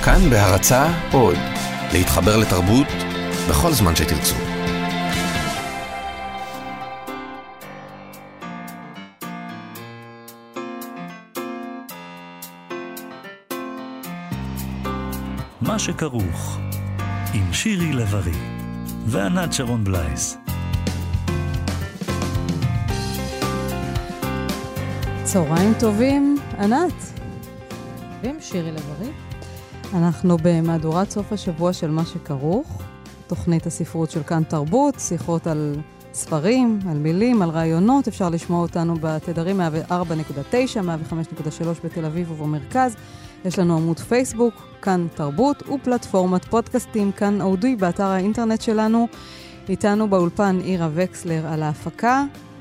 כאן בהרצאה עוד, להתחבר לתרבות בכל זמן שתרצו. מה שכרוך עם שירי לב-ארי וענת שרון בלייס. צהריים טובים, ענת. ועם שירי לב-ארי. אנחנו במהדורת סוף השבוע של מה שכרוך, תוכנית הספרות של כאן תרבות, שיחות על ספרים, על מילים, על רעיונות. אפשר לשמוע אותנו בתדרים 104.9, 105.3 בתל אביב ובמרכז. יש לנו עמוד פייסבוק, כאן תרבות, ופלטפורמת פודקאסטים, כאן אודי, באתר האינטרנט שלנו. איתנו באולפן אירה וקסלר על ההפקה,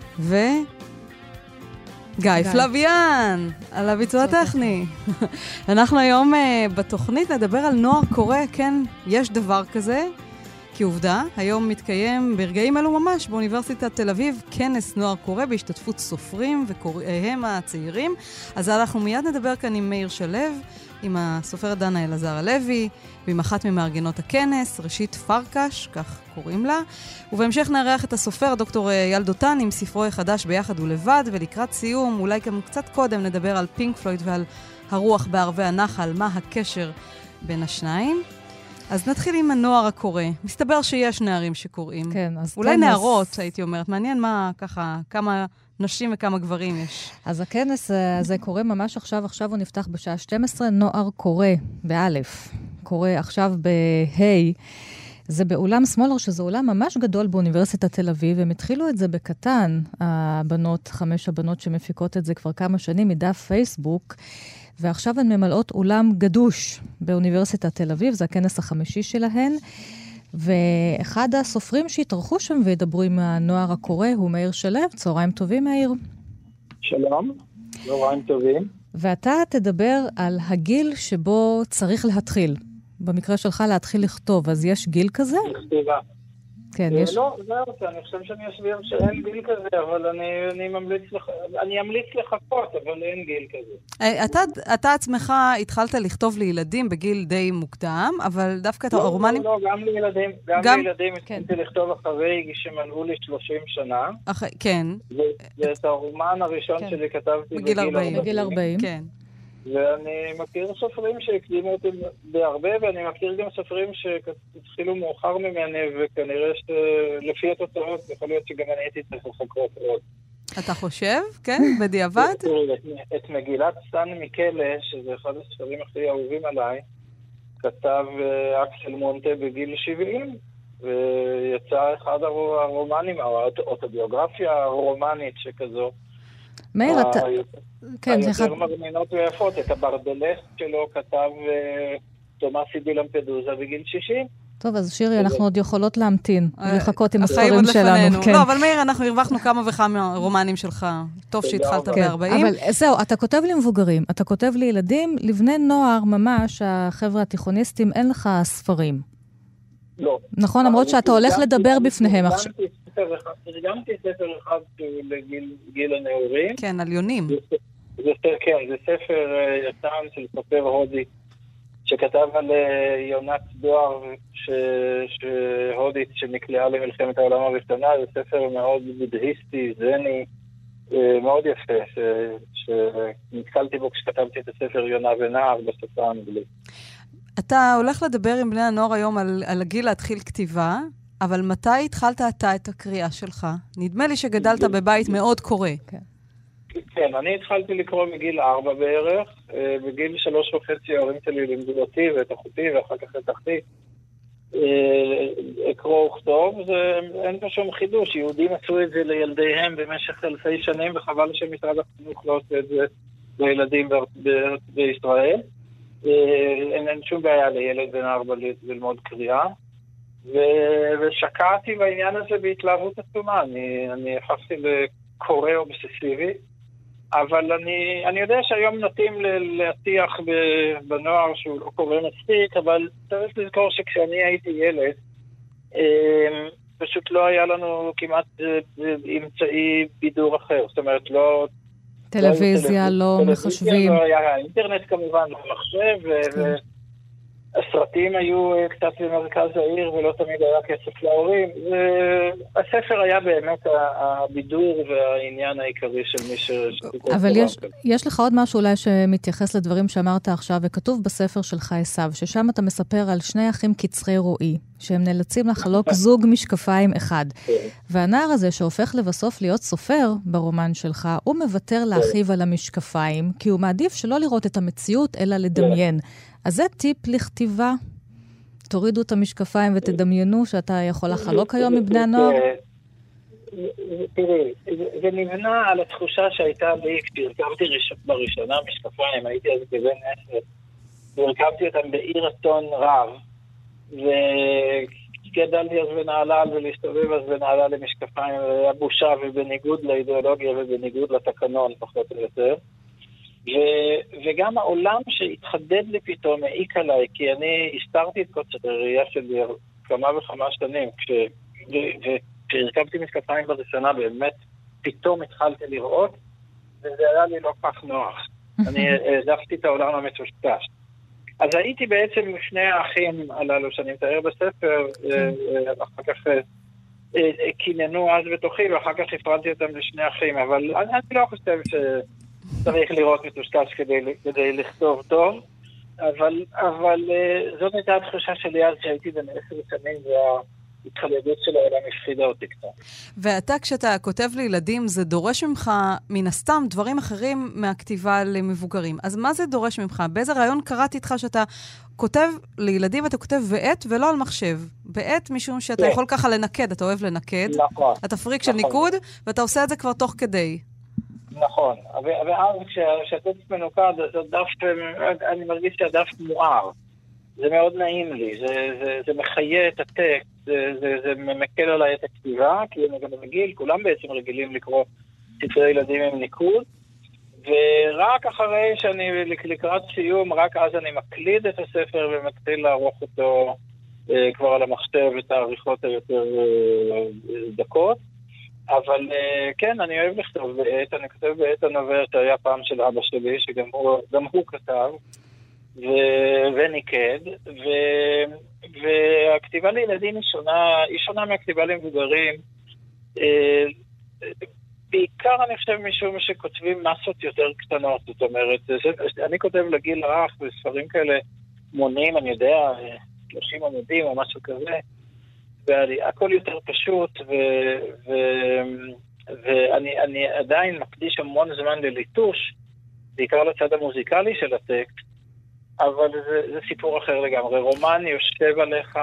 גיא פלוויאן, על הביצוע הטכני. אנחנו היום בתוכנית נדבר על נוער קורא, כן, יש דבר כזה, כעובדה, היום מתקיים ברגעים אלו ממש באוניברסיטת תל אביב כנס נוער קורא בהשתתפות סופרים וקוראיהם הצעירים. אז אנחנו מיד נדבר כאן עם מאיר שלו, עם הסופרת דנה אלעזר הלוי, ועם אחת ממארגנות הכנס, ראשית פרקש, כך קוראים לה. ובהמשך נארח את הסופר דוקטור אייל דותן עם ספרו החדש ביחד ולבד, ולקראת סיום, אולי גם קצת קודם נדבר על פינק פלויד ועל הרוח בערבי הנחל, מה הקשר בין השניים. אז נתחיל עם הנוער הקורא. מסתבר שיש נערים שקוראים. כן, אז אולי נערות, הייתי אומרת. מעניין מה, ככה, כמה נשים וכמה גברים יש. אז הכנס הזה קורא ממש עכשיו הוא נפתח בשעה 12, נוער קורא, באלף. קורא עכשיו בהי. זה באולם סמולר, שזה אולם ממש גדול באוניברסיטת תל אביב, הם התחילו את זה בקטן, הבנות, 5 הבנות שמפיקות את זה כבר כמה שנים מדף פייסבוק, ועכשיו הן ממלאות אולם גדוש באוניברסיטת תל אביב, זה הכנס החמישי שלהן, ואחד הסופרים שהתארחו שם וידברו עם הנוער הקורא הוא מאיר שלו. צהריים טובים, מאיר. שלום, צהריים טובים. ואתה תדבר על הגיל שבו צריך להתחיל. במקרה שלך להתחיל לכתוב, אז יש גיל כזה? לכתיבה. כן, יש. לא, זהו, אני חושב שאני אסביר שאין גיל כזה, אבל אני אמליץ לחכות, אבל אין גיל כזה. אתה עצמך התחלת לכתוב לילדים בגיל די מוקדם, אבל דווקא את הרומנים... לא, גם לילדים. גם לילדים התחלתי לכתוב אחרי שמלאו לי 30 שנה. כן. ואת הרומן הראשון שלי כתבתי בגיל 40. כן. ואני מכיר סופרים שהקדימו אותי בהרבה, ואני מכיר גם סופרים שהתחילו מאוחר ממני, וכנראה שלפי התוצאות, יכול להיות שגם אני הייתי צריך לחכות עוד. אתה חושב? כן? בדיעבד? את מגילת סן מיקלה, שזה אחד הספרים הכי אהובים עליי, כתב אקסל מונטה בגיל 70, ויצא אחד הרומנים, האוטוביוגרפיה הרומנית שכזו. מאיר, אתה... כן, היותר מרמינות ויפות. את הברדלס שלו כתב תומאסי דילמפדוזה בגיל 60. טוב, אז שירי, אנחנו עוד יכולות להמתין ולחכות עם הספרים שלנו. לא, אבל מאיר, אנחנו הרווחנו כמה וכמה רומנים שלך. טוב שהתחלת ב-40. אבל זהו, אתה כותב למבוגרים, אתה כותב לילדים, לבני נוער ממש, החבר'ה התיכוניסטים, אין לך ספרים. לא. נכון, למרות שאתה הולך לדבר בפניהם עכשיו. תרגמתי ספר אחד לגיל הנעורים. כן, על יונים. כן, זה ספר יצרן של סופר הודי, שכתב על יונת דואר הודית שנקלעה למלחמת העולם הראשונה. זה ספר מאוד בודהיסטי, זני, מאוד יפה, שנתקלתי בו כשכתבתי את הספר יונה ונער בשפה האנגלית. אתה הולך לדבר עם בני הנוער היום על הגיל להתחיל כתיבה, אבל מתי התחלת אתה את הקריאה שלך? נדמה לי שגדלת בבית מאוד קורא. כן, אני התחלתי לקרוא מגיל 4 בערך. בגיל 3.5 ההורים שלי לימדו אותי ואת אחותי ואחר כך את אחי. אקרוא וכתוב, אין פה שום חידוש. יהודים עשו את זה לילדיהם במשך אלפי שנים, וחבל שמשרד החינוך לא עושה את זה לילדים בישראל. אין שום בעיה לילד בן 4 ללמוד קריאה. ושקעתי בעניין הזה בהתלהבות עצומה. אני הפכתי לקורא אובססיבי, אבל אני יודע שהיום נוטים להטיח בנוער שהוא לא קורא מספיק, אבל צריך לזכור שכשאני הייתי ילד, פשוט לא היה לנו כמעט אמצעי בידור אחר. זאת אומרת, לא... טלוויזיה, לא מחשבים. לא היה אינטרנט כמובן, לא מחשב, הסרטים היו קצת במרכז העיר ולא תמיד היה כסף להורים. הספר היה באמת הבידור והעניין העיקרי של מי אבל יש לך עוד משהו אולי שמתייחס לדברים שאמרת עכשיו, וכתוב בספר שלך עשיו, ששם אתה מספר על שני אחים קצרי רואי, שהם נאלצים לחלוק זוג משקפיים אחד. והנער הזה שהופך לבסוף להיות סופר ברומן שלך, הוא מוותר לאחיו על המשקפיים, כי הוא מעדיף שלא לראות את המציאות, אלא לדמיין. אז זה טיפ לכתיבה. תורידו את המשקפיים ותדמיינו שאתה יכול לחלוק היום מבני הנוער. תראי, זה נבנה על התחושה שהייתה לי, כשהרכבתי בראשונה משקפיים, הייתי אז כבן 10, והרכבתי אותם באי רצון רב, וגדלתי אז בנהלל ולהסתובב אז בנהלל למשקפיים, והיה בושה ובניגוד לאידיאולוגיה ובניגוד לתקנון פחות או יותר. וגם העולם שהתחדד לי פתאום העיק עליי, כי אני הסתרתי את קוצר הראייה שלי כמה וכמה שנים, כשהרכבתי משקפיים בראשונה באמת פתאום התחלתי לראות, וזה היה לי לא כך נוח. אני העדפתי את העולם המטושטש. אז הייתי בעצם עם שני האחים הללו שאני מתאר בספר, אחר כך כיננו אז בתוכי, ואחר כך הפרדתי אותם לשני אחים, אבל אני לא חושב צריך לראות מטושטש כדי לכתוב טוב, אבל זאת הייתה התחושה שלי אז שהייתי בין 10 שנים, וההתחדדות של העולם הפחידה אותי קצת. ואתה כשאתה כותב לילדים, זה דורש ממך מן הסתם דברים אחרים מהכתיבה למבוגרים. אז מה זה דורש ממך? באיזה רעיון קראתי איתך שאתה כותב לילדים ואתה כותב בעת ולא על מחשב? בעת משום שאתה יכול ככה לנקד, אתה אוהב לנקד. נכון. אתה פריק של ניקוד, ואתה עושה את זה כבר תוך כדי. נכון, ואז כשהטקסט מנוקד, אני מרגיש שהדף מואר. זה מאוד נעים לי, זה מחיה את הטקסט, זה ממקל עליי את הכתיבה, כי אני גם רגיל, כולם בעצם רגילים לקרוא ספרי ילדים עם ניקוד, ורק אחרי שאני לקראת סיום, רק אז אני מקליד את הספר ומתחיל לערוך אותו כבר על המחשב את העריכות היותר דקות. אבל כן, אני אוהב לכתוב בעת, אני כותב בעת הנובע שהיה פעם של אבא שלי, שגם הוא כתב, וניקד, והכתיבה לילדים היא שונה מהכתיבה למבוגרים, בעיקר אני חושב משום שכותבים מסות יותר קטנות, זאת אומרת, אני כותב לגיל הרך בספרים כאלה מונים, אני יודע, 30 עמודים או משהו כזה, והכל יותר פשוט, ואני עדיין מקדיש המון זמן לליטוש, בעיקר לצד המוזיקלי של הטקסט, אבל זה סיפור אחר לגמרי. רומן יושב עליך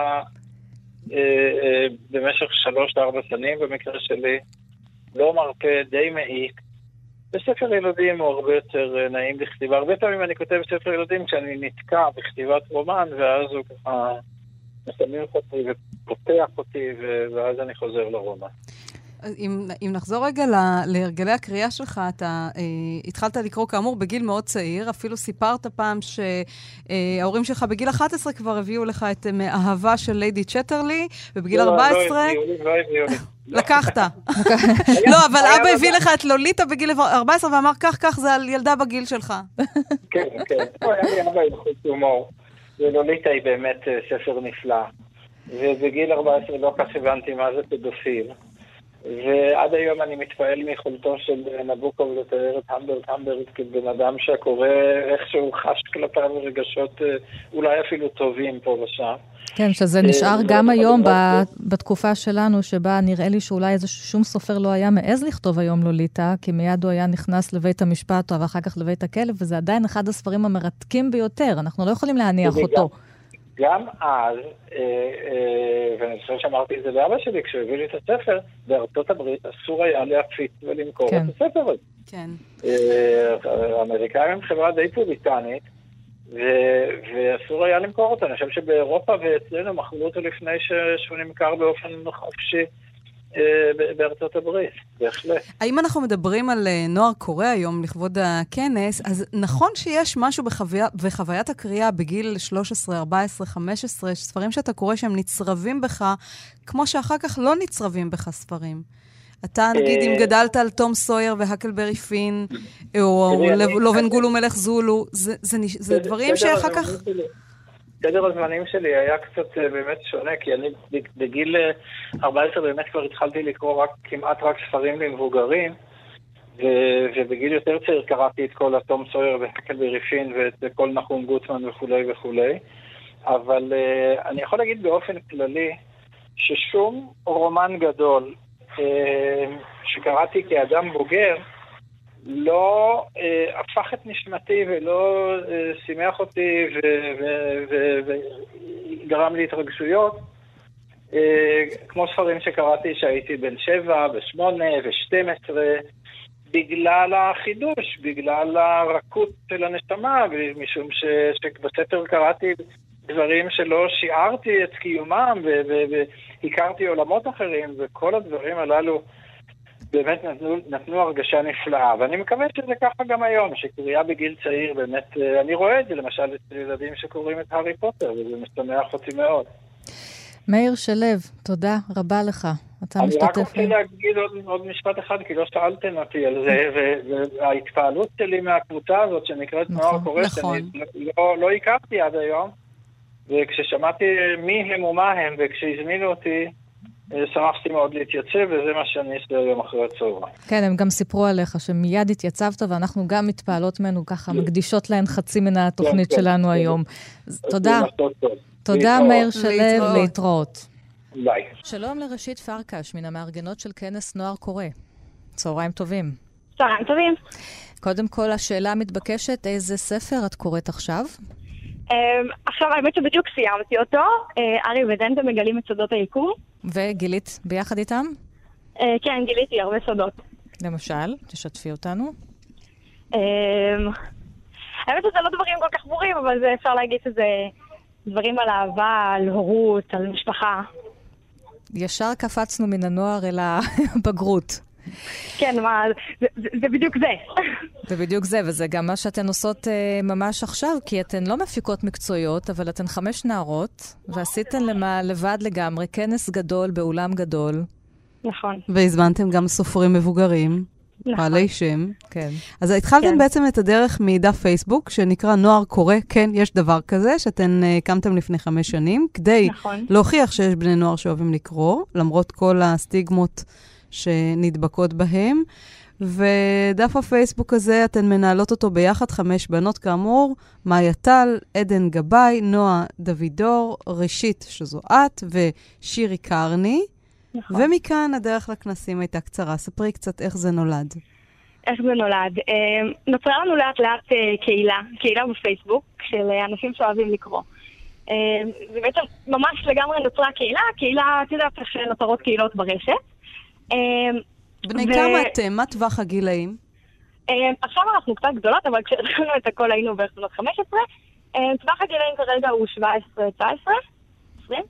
במשך 3-4 שנים במקרה שלי, לא מרפא, די מעיק. בספר ילדים הוא הרבה יותר נעים לכתיבה. הרבה פעמים אני כותב ספר ילדים כשאני נתקע בכתיבת רומן, ואז הוא ככה מסמך אותי ופותח אותי, ואז אני חוזר לרומן. אם נחזור רגע להרגלי הקריאה שלך, אתה התחלת לקרוא כאמור בגיל מאוד צעיר, אפילו סיפרת פעם שההורים שלך בגיל 11 כבר הביאו לך את מאהבה של ליידי צ'טרלי, ובגיל 14... לא הביאו לי. לקחת. לא, אבל אבא הביא לך את לוליטה בגיל 14 ואמר, כך, זה על ילדה בגיל שלך. כן. היה לי אבא עם חוץ הומור. ולוליטה היא באמת ספר נפלא. ובגיל 14 לא כך הבנתי מה זה פדופיל. ועד היום אני מתפעל מיכולתו של נבוקוב לתאר את המברג כבן אדם שהקורא איכשהו חש כלפיו רגשות אולי אפילו טובים פה ושם. כן, שזה נשאר גם היום בתקופה שלנו, שבה נראה לי שאולי שום סופר לא היה מעז לכתוב היום לוליטה, כי מיד הוא היה נכנס לבית המשפט ואחר כך לבית הכלב, וזה עדיין אחד הספרים המרתקים ביותר. אנחנו לא יכולים להניח אותו. גם אז, ואני חושב שאמרתי את זה לאבא שלי, כשהוא הביא לי את הספר, בארצות הברית אסור היה להפיץ ולמכור את הספר הזה. כן. האמריקאים הם חברה די פוליטנית, ואסור היה למכור אותה. אני חושב שבאירופה ואצלנו מכרו אותו לפני שהוא נמכר באופן חופשי בארצות הברית, בהחלט. האם אנחנו מדברים על נוער קורא היום לכבוד הכנס, אז נכון שיש משהו בחוויית הקריאה בגיל 13, 14, 15, ספרים שאתה קורא שהם נצרבים בך, כמו שאחר כך לא נצרבים בך ספרים. אתה נגיד אם גדלת על תום סויר והקלברי פין, או לובן גולו מלך זולו, זה דברים שאחר כך... סדר הזמנים שלי היה קצת באמת שונה, כי אני בגיל 14 באמת כבר התחלתי לקרוא כמעט רק ספרים למבוגרים, ובגיל יותר צעיר קראתי את כל תום סויר והקלבי ריפין ואת כל נחום גוטמן וכולי וכולי. אבל אני יכול להגיד באופן כללי ששום רומן גדול שקראתי כאדם בוגר לא הפך את נשמתי ולא שימח אותי וגרם לי התרגשויות כמו ספרים שקראתי שהייתי בן 7 ו8 ו12 בגלל החידוש, בגלל הרכות של הנשמה, משום שבספר קראתי דברים שלא שיערתי את קיומם והכרתי עולמות אחרים, וכל הדברים הללו באמת נתנו הרגשה נפלאה. ואני מקווה שזה ככה גם היום, שקריאה בגיל צעיר באמת, אני רואה את זה למשל את ילדים שקוראים את הארי פוטר, וזה משמח אותי מאוד. מאיר שלו, תודה רבה לך. אני רק רוצה להגיד עוד משפט אחד, כי לא שאלתם אותי על זה, וההתפעלות שלי מהקבוצה הזאת שנקראת נוער קורא, שאני לא הכרתי עד היום, וכששמעתי מי הם ומה הם, וכשהזמינו אותי, שמחתי מאוד להתייצב, וזה מה שאני אעשה היום אחרי הצהריים. כן, הם גם סיפרו עליך שמיד התייצבת, ואנחנו גם מתפעלות ממנו ככה, מקדישות להן חצי מן התוכנית שלנו היום. תודה. תודה, מאיר שלו, להתראות. ביי. שלום לראשית פרקש, מן המארגנות של כנס נוער קורא. צהריים טובים. צהריים טובים. קודם כל, השאלה מתבקשת, איזה ספר את קוראת עכשיו? עכשיו, האמת שבדיוק סיימתי אותו. ארי ודנטה מגלים את סודות היקום. וגילית ביחד איתם? כן, גיליתי הרבה סודות. למשל, תשתפי אותנו. האמת שזה לא דברים כל כך ברורים, אבל זה אפשר להגיד שזה דברים על אהבה, על הורות, על משפחה. ישר קפצנו מן הנוער אל הבגרות. כן, מה, זה בדיוק זה. זה בדיוק זה, וזה גם מה שאתן עושות ממש עכשיו, כי אתן לא מפיקות מקצועיות, אבל אתן 5 נערות, ועשיתן לבד לגמרי כנס גדול באולם גדול. נכון. והזמנתם גם סופרים מבוגרים, בעלי שם. כן. אז התחלתם בעצם את הדרך מדף פייסבוק, שנקרא נוער קורא, כן, יש דבר כזה, שאתן קמתם לפני 5 שנים, כדי להוכיח שיש בני נוער שאוהבים לקרוא, למרות כל הסטיגמות שנדבקות בהם, ודף הפייסבוק הזה, אתן מנהלות אותו ביחד, 5 בנות כאמור, מאיה טל, עדן גבאי, נועה דוידור, ראשית שזו את, ושירי קרני, ומכאן הדרך לכנסים הייתה קצרה. ספרי קצת איך זה נולד. איך זה נולד? נוצרה לנו לאט לאט קהילה בפייסבוק, של אנשים שאוהבים לקרוא. ובעצם ממש לגמרי נוצרה קהילה, את יודעת איך נוצרות קהילות ברשת. בני כמה אתם? מה טווח הגילאים? עכשיו אנחנו קצת גדולות, אבל כשהתחלנו את הכל היינו בערך בנות 15. טווח הגילאים כרגע הוא 17, 19, 20.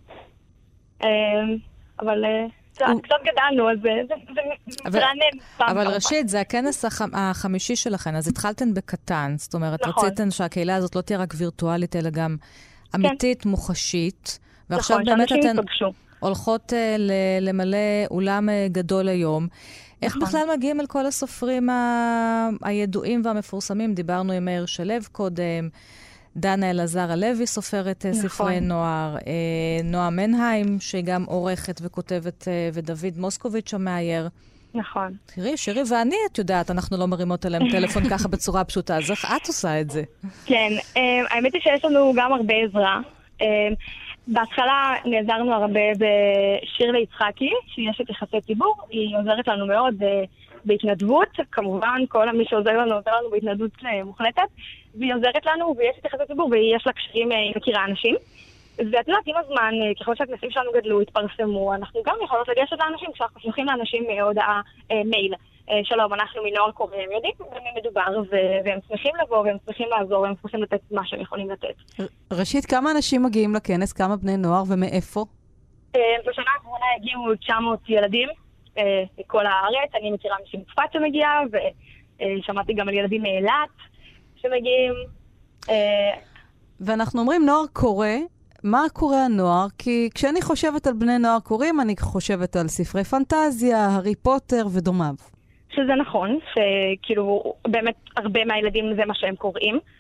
אבל קצת גדלנו, אז זה רענן. אבל ראשית, זה הכנס החמישי שלכן, אז התחלתן בקטן, זאת אומרת, רציתן שהקהילה הזאת לא תהיה רק וירטואלית, אלא גם אמיתית, מוחשית, ועכשיו באמת אתן הולכות למלא אולם גדול היום. איך בכלל מגיעים אל כל הסופרים הידועים והמפורסמים? דיברנו עם מאיר שלו קודם, דנה אלעזר הלוי סופרת ספרי נוער, נועה מנהיים שגם עורכת וכותבת, ודוד מוסקוביץ' המאייר. נכון. תראי, שירי ואני, את יודעת, אנחנו לא מרימות עליהם טלפון ככה בצורה פשוטה, אז איך את עושה את זה? כן, האמת היא שיש לנו גם הרבה עזרה. בהתחלה נעזרנו הרבה בשיר ליצחקי, שהיא אשת יחסי ציבור, היא עוזרת לנו מאוד בהתנדבות, כמובן כל מי שעוזר לנו עוזר לנו בהתנדבות מוחלטת, והיא עוזרת לנו ויש את יחסי ציבור ויש לה קשרים, היא מכירה אנשים. ואת יודעת, עם הזמן, ככל שהכנסים שלנו גדלו, התפרסמו, אנחנו גם יכולות לגשת לאנשים, כשאנחנו שולחים לאנשים הודעה מייל. שלום, אנחנו מנוער קורא, הם יודעים במי מדובר, והם שמחים לבוא, והם שמחים לעזור, והם שמחים לתת מה שהם יכולים לתת. ראשית, כמה אנשים מגיעים לכנס, כמה בני נוער ומאיפה? בשנה האחרונה הגיעו 900 ילדים מכל הארץ, אני מכירה אנשים מצפת שמגיעה, ושמעתי גם על ילדים מאילת שמגיעים. ואנחנו אומרים נוער קורא, מה קורא הנוער? כי כשאני חושבת על בני נוער קוראים, אני חושבת על ספרי פנטזיה, הארי פוטר ודומיו. שזה נכון, שכאילו באמת הרבה מהילדים זה מה שהם קוראים.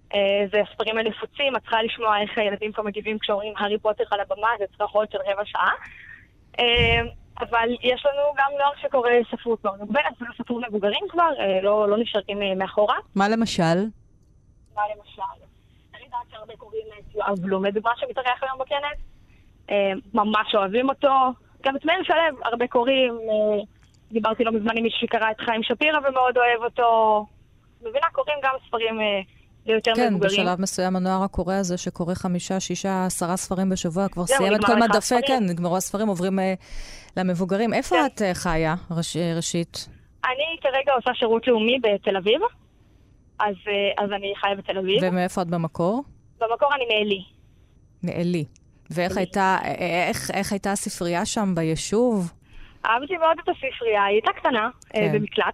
זה ספרים מנפוצים, את צריכה לשמוע איך הילדים פה מגיבים כשאומרים הארי פוטר על הבמה, זה צריך עוד של רבע שעה. אבל יש לנו גם נוער שקורא ספרות מאוד מוגבלת, אפילו ספרות מבוגרים כבר, לא נשארים מאחורה. מה למשל? אני יודעת שהרבה קוראים את יואב בלום, לדוגמה שמתארח היום בכנס. ממש אוהבים אותו. גם את מאיר שלו, הרבה קוראים. דיברתי לא מזמן עם מישהו שקרא את חיים שפירא ומאוד אוהב אותו. מבינה, קוראים גם ספרים ליותר מבוגרים. כן, בשלב מסוים הנוער הקורא הזה שקורא 5, 6, 10 ספרים בשבוע, כבר סיים את כל מדפי, כן, נגמרו הספרים, עוברים למבוגרים. איפה את חיה, ראשית? אני כרגע עושה שירות לאומי בתל אביב, אז אני חיה בתל אביב. ומאיפה את במקור? במקור אני מעלי. מעלי. ואיך הייתה הספרייה שם ביישוב? אהבתי מאוד את הספרייה, היא הייתה קטנה, במקלט.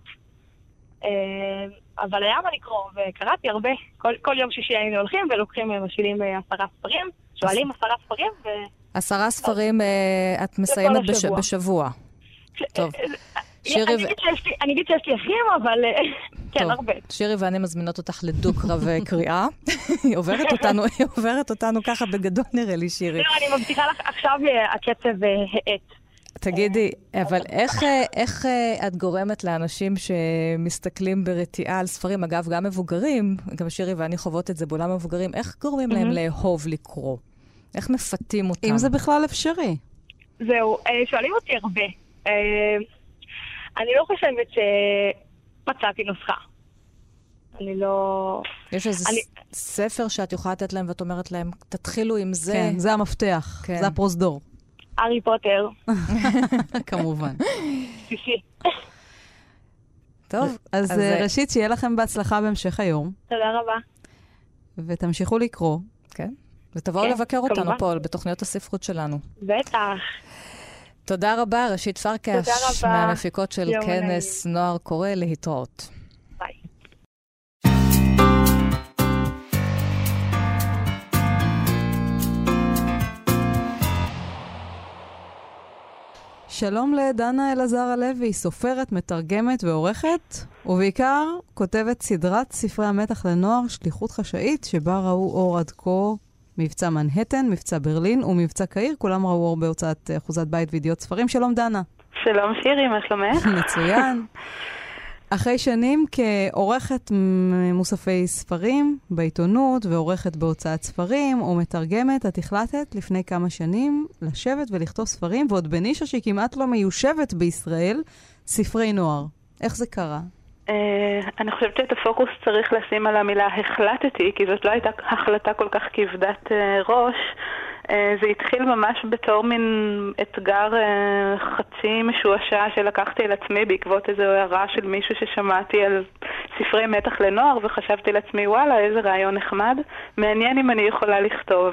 אבל היה מה לקרוא, וקראתי הרבה. כל יום שישי היינו הולכים ולוקחים, משאילים 10 ספרים, שואלים 10 ספרים. 10 ספרים את מסיימת בשבוע. טוב. אני אגיד שיש לי אחים, אבל כן, הרבה. שירי ואני מזמינות אותך לדו-קרב קריאה. היא עוברת אותנו ככה בגדול, נראה לי, שירי. לא, אני מבטיחה לך, עכשיו הקצב העט. תגידי, אבל איך את גורמת לאנשים שמסתכלים ברתיעה על ספרים, אגב, גם מבוגרים, גם שירי ואני חוות את זה בעולם מבוגרים, איך גורמים להם לאהוב לקרוא? איך מפתים אותם? אם זה בכלל אפשרי. זהו, שואלים אותי הרבה. אני לא חושבת שמצאתי נוסחה. אני לא... יש איזה ספר שאת יכולה לתת להם ואת אומרת להם, תתחילו עם זה. כן, זה המפתח, כן. זה הפרוזדור. הארי פוטר. כמובן. שישי. טוב, אז ראשית, שיהיה לכם בהצלחה בהמשך היום. תודה רבה. ותמשיכו לקרוא. כן. ותבואו לבקר אותנו פה, בתוכניות הספרות שלנו. בטח. תודה רבה, ראשית פרקש, מהמפיקות של כנס נוער קורא, להתראות. ביי. שלום לדנה אלעזר הלוי, סופרת, מתרגמת ועורכת, ובעיקר כותבת סדרת ספרי המתח לנוער, שליחות חשאית, שבה ראו אור עד כה מבצע מנהטן, מבצע ברלין ומבצע קהיר, כולם ראו אור בהוצאת אחוזת בית וידיעות ספרים. שלום דנה. שלום שירי, מה שלומך? מצוין. אחרי שנים כעורכת מוספי ספרים בעיתונות ועורכת בהוצאת ספרים או מתרגמת, את החלטת לפני כמה שנים לשבת ולכתוב ספרים, ועוד בנישה שהיא כמעט לא מיושבת בישראל, ספרי נוער. איך זה קרה? אני חושבת שאת הפוקוס צריך לשים על המילה החלטתי, כי זאת לא הייתה החלטה כל כך כבדת ראש. זה התחיל ממש בתור מין אתגר חצי משועשע שלקחתי על עצמי בעקבות איזו הערה של מישהו ששמעתי על ספרי מתח לנוער, וחשבתי לעצמי, וואלה, איזה רעיון נחמד, מעניין אם אני יכולה לכתוב.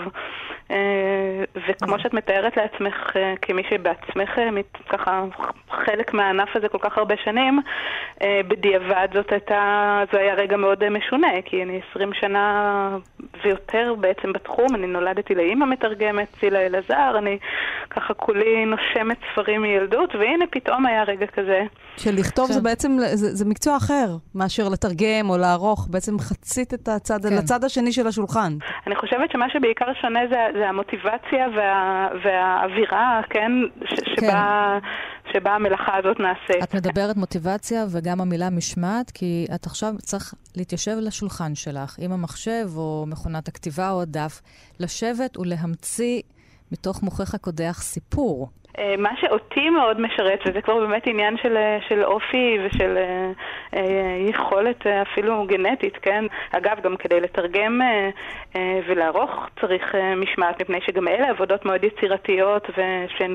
וכמו שאת מתארת לעצמך, כמי שבעצמך ככה חלק מהענף הזה כל כך הרבה שנים, בדיעבד זה היה רגע מאוד משונה, כי אני 20 שנה ויותר בעצם בתחום, אני נולדתי לאמא מתרגמת, צילה אלעזר, אני ככה כולי נושמת ספרים מילדות, והנה פתאום היה רגע כזה. שלכתוב זה בעצם, זה מקצוע אחר, מאשר לתרגם או לערוך, בעצם חצית את הצד, לצד השני של השולחן. אני חושבת שמה שבעיקר שונה זה המוטיבציה והאווירה, כן, שבה המלאכה הזאת נעשית. את מדברת מוטיבציה וגם המילה משמעת, כי את עכשיו צריך להתיישב לשולחן שלך, עם המחשב או מכונת הכתיבה או הדף, לשבת ולהמציא מתוך מוחך הקודח סיפור. מה שאותי מאוד משרת, וזה כבר באמת עניין של אופי ושל יכולת אפילו גנטית, כן? אגב, גם כדי לתרגם ולערוך צריך משמעת, מפני שגם אלה עבודות מאוד יצירתיות ושהן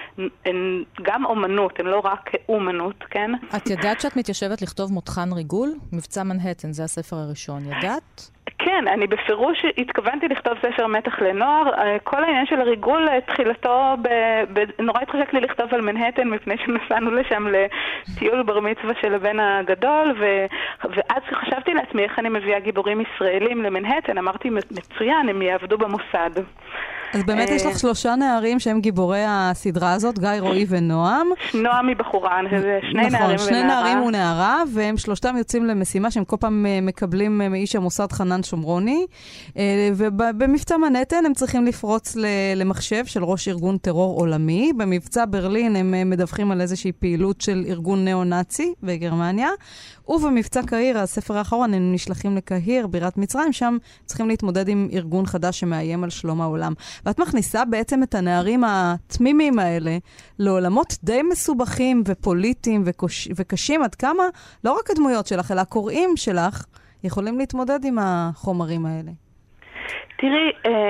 גם אומנות, הן לא רק אומנות, כן? את ידעת שאת מתיישבת לכתוב מותחן ריגול? מבצע מנהטן, זה הספר הראשון, ידעת? כן, אני בפירוש התכוונתי לכתוב ספר מתח לנוער. כל העניין של הריגול, תחילתו, נורא התחשק לי לכתוב על מנהטן, מפני שנסענו לשם לטיול בר מצווה של הבן הגדול, ואז חשבתי לעצמי איך אני מביאה גיבורים ישראלים למנהטן. אמרתי, מצוין, הם יעבדו במוסד. אז באמת יש לך 3 נערים שהם גיבורי הסדרה הזאת, גיא, רועי ונועם. נועם היא בחורה, זה 2 נערים ונערה. נכון, 2 נערים ונערה, והם 3 יוצאים למשימה שהם כל פעם מקבלים מאיש המוסד חנן שומרוני, ובמבצע מנהטן הם צריכים לפרוץ למחשב של ראש ארגון טרור עולמי. במבצע ברלין הם מדווחים על איזושהי פעילות של ארגון ניאו-נאצי בגרמניה, ובמבצע קהיר, הספר האחרון, הם נשלחים לקהיר, בירת מצרים, שם צריכים להתמודד עם ארגון חדש שמאיים על שלום העולם. ואת מכניסה בעצם את הנערים התמימים האלה לעולמות די מסובכים ופוליטיים וקשים, עד כמה לא רק הדמויות שלך, אלא הקוראים שלך יכולים להתמודד עם החומרים האלה. תראי,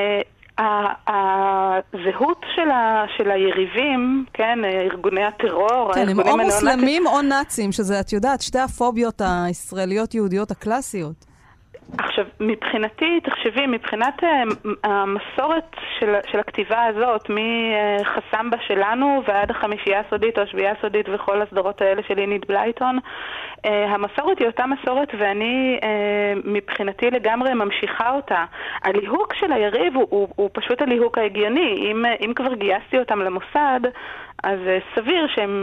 הזהות של היריבים, כן, ארגוני הטרור, כן, הם או מוסלמים או נאצים, שזה, את יודעת, 2 הפוביות הישראליות-יהודיות הקלאסיות. עכשיו, מבחינתי, תחשבי, מבחינת המסורת של הכתיבה הזאת, מחסמבה שלנו ועד החמישייה הסודית או השביעייה הסודית וכל הסדרות האלה של אינית בלייטון, המסורת היא אותה מסורת ואני מבחינתי לגמרי ממשיכה אותה. הליהוק של היריב הוא פשוט הליהוק ההגיוני. אם כבר גייסתי אותם למוסד, אז סביר שהם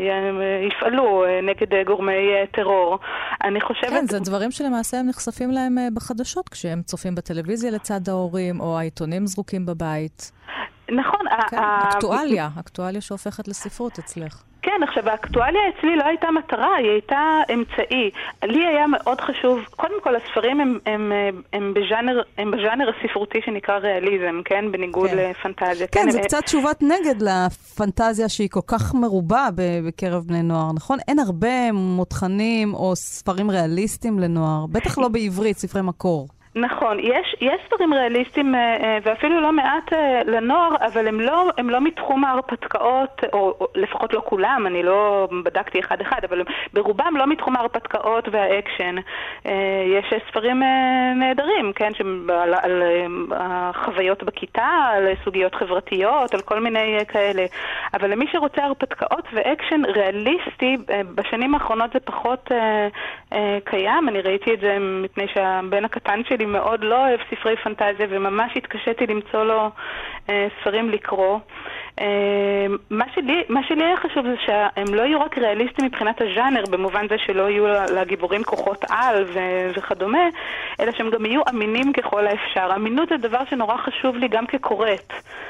יפעלו נגד גורמי טרור. אני חושבת... כן, זה דברים שלמעשה הם נחשפים להם בחדשות, כשהם צופים בטלוויזיה לצד ההורים, או העיתונים זרוקים בבית. נכון. כן, אקטואליה שהופכת לספרות אצלך. כן, עכשיו, האקטואליה אצלי לא הייתה מטרה, היא הייתה אמצעי. לי היה מאוד חשוב, קודם כל, הספרים הם בז'אנר הספרותי שנקרא ריאליזם, כן? בניגוד לפנטזיה. כן, זה קצת תשובת נגד לפנטזיה שהיא כל כך מרובה בקרב בני נוער, נכון? אין הרבה מותחנים או ספרים ריאליסטיים לנוער, בטח לא בעברית, ספרי מקור. נכון, יש ספרים ריאליסטיים ואפילו לא מעט לנוער, אבל הם לא מתחום ההרפתקאות, או לפחות לא כולם, אני לא בדקתי אחד, אבל ברובם לא מתחום ההרפתקאות והאקשן. יש ספרים נהדרים, כן, על החוויות בכיתה, על סוגיות חברתיות, על כל מיני כאלה. אבל למי שרוצה הרפתקאות ואקשן ריאליסטי, בשנים האחרונות זה פחות קיים. אני ראיתי את זה מפני שהבן הקטן שלי מאוד לא אוהב ספרי פנטזיה, וממש התקשיתי למצוא לו ספרים לקרוא. מה שלי היה חשוב זה שהם לא יהיו רק ריאליסטים מבחינת הז'אנר, במובן זה שלא יהיו לגיבורים כוחות על וכדומה, אלא שהם גם יהיו אמינים ככל האפשר. אמינות זה דבר שנורא חשוב לי גם כקוראת.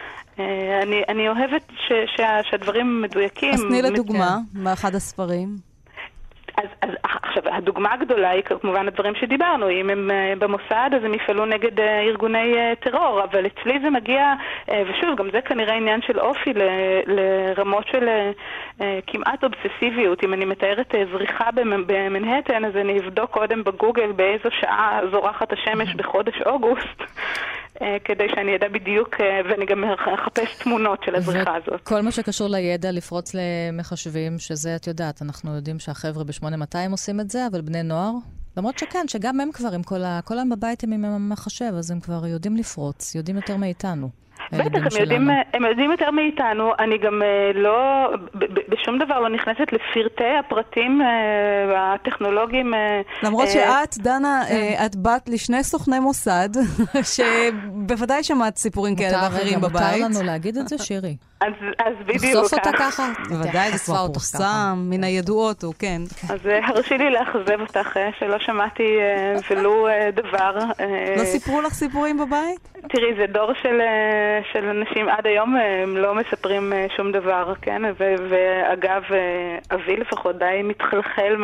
אני אוהבת שהדברים מדויקים. אז תני לדוגמה, באחד הספרים. אז עכשיו, הדוגמה הגדולה היא כמובן הדברים שדיברנו. אם הם במוסד, אז הם יפעלו נגד ארגוני טרור, אבל אצלי זה מגיע, ושוב, גם זה כנראה עניין של אופי, לרמות של כמעט אובססיביות. אם אני מתארת זריחה במנהטן, אז אני אבדוק קודם בגוגל באיזו שעה זורחת השמש בחודש אוגוסט, כדי שאני ידע בדיוק, ואני גם אחפש תמונות של הזריחה הזאת. כל מה שקשור לידע לפרוץ למחשבים, שזה את יודעת, אנחנו יודעים שהחבר'ה ב-8200 עושים את זה, אבל בני נוער, למרות שכן, שגם הם כבר, כל הם בבית הם עם המחשב, אז הם כבר יודעים לפרוץ, יודעים יותר מאיתנו. בטח, הם יודעים יותר מאיתנו. אני גם לא, בשום דבר לא נכנסת לפרטי הפרטים הטכנולוגיים. למרות שאת, דנה, את בת לשני סוכני מוסד, שבוודאי שמעת סיפורים כאלה ואחרים בבית. מותר לנו להגיד את זה, שירי. אז בדיוק. לחשוף אותה ככה? בוודאי, זה כבר פורסם, מן הידועות הוא, כן. אז הרשי לי לאכזב אותך, שלא שמעתי ולו דבר. לא סיפרו לך סיפורים בבית? תראי, זה דור של אנשים עד היום, הם לא מספרים שום דבר, כן? ואגב, אבי לפחות די מתחלחל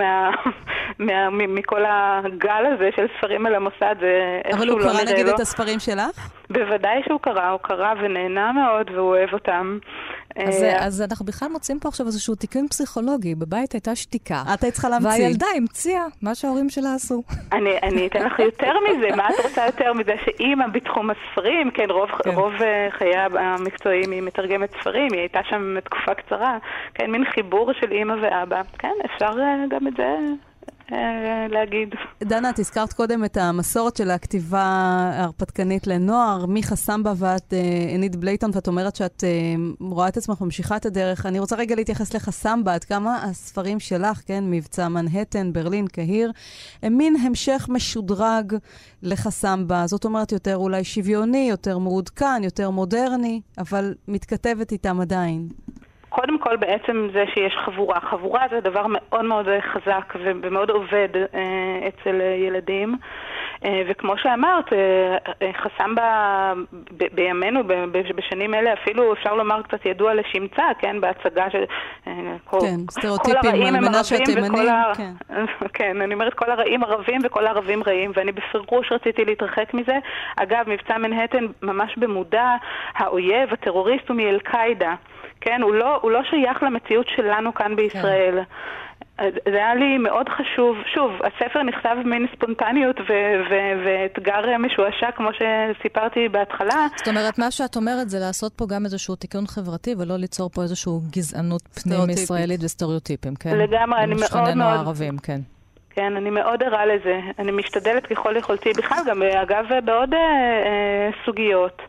מכל הגל הזה של ספרים על המוסד. אבל הוא קרא נגיד את הספרים שלך? בוודאי שהוא קרא ונהנה מאוד והוא אוהב אותם. אז אנחנו בכלל מוצאים פה עכשיו איזשהו תיקון פסיכולוגי. בבית הייתה שתיקה. את היית צריכה להמציא. והילדה המציאה מה שההורים שלה עשו. אני אתן לך יותר מזה. מה את רוצה יותר מזה? שאימא בתחום הספרים, כן, רוב חייה המקצועיים היא מתרגמת ספרים, היא הייתה שם תקופה קצרה. כן, מין חיבור של אימא ואבא. כן, אפשר גם את זה להגיד. דנה, את הזכרת קודם את המסורת של הכתיבה ההרפתקנית לנוער, מיכה סמבה ואת עינית בלייטון, ואת אומרת שאת רואה את עצמך ממשיכה את הדרך. אני רוצה רגע להתייחס לך סמבה, עד כמה הספרים שלך, כן, מבצע מנהטן, ברלין, קהיר, הם מין המשך משודרג לך סמבה, זאת אומרת יותר אולי שוויוני, יותר מעודכן, יותר מודרני, אבל מתכתבת איתם עדיין. קודם כל בעצם זה שיש חבורה. חבורה זה דבר מאוד מאוד חזק ומאוד עובד אצל ילדים. וכמו שאמרת, חסמבה בימינו, בשנים אלה אפילו אפשר לומר קצת ידוע לשמצה, כן, בהצגה של כן, סטריאוטיפים על מנשה התימנים. כן, אני אומרת כל הרעים ערבים וכל הערבים רעים, ואני בפירוש רציתי להתרחק מזה. אגב, מבצע מנהטן ממש במודע, האויב, הטרוריסט הוא מאל-קאידה. כן, הוא לא שייך למציאות שלנו כאן בישראל. זה היה לי מאוד חשוב. שוב, הספר נכתב מין ספונטניות ואתגר משועשע, כמו שסיפרתי בהתחלה. זאת אומרת, מה שאת אומרת זה לעשות פה גם איזשהו תיקון חברתי, ולא ליצור פה איזשהו גזענות פנים-ישראלית וסטריאוטיפים, כן? לגמרי, אני מאוד מאוד... הערבים, כן. כן, אני מאוד ערה לזה. אני משתדלת ככל יכולתי. בכלל גם, אגב, בעוד סוגיות.